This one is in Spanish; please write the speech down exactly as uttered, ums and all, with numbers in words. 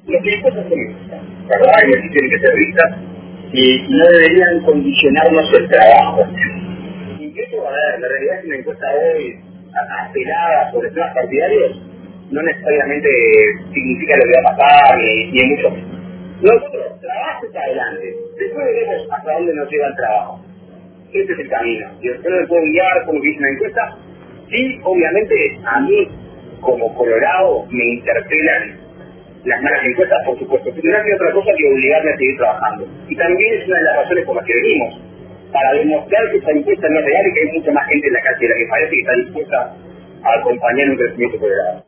Los encuestas son encuestas, ¿verdad? Y aquí tienen que ser vistas y no deberían condicionarnos el trabajo. Incluso, a ver, la realidad es que una encuesta hoy apelada sobre temas partidarios no necesariamente significa lo que va a pasar, ni, ni mucho menos. Nosotros, trabajo para adelante, después veremos hasta dónde nos lleva el trabajo. Este es el camino. Y después no me puedo guiar como que hice una encuesta. Sí, obviamente, a mí, como colorado, me interpelan las malas encuestas, por supuesto, pero no hay otra cosa que obligarme a seguir trabajando. Y también es una de las razones por las que venimos, para demostrar que esta encuesta no es real y que hay mucha más gente en la calle de la que parece que está dispuesta a acompañar un crecimiento colorado.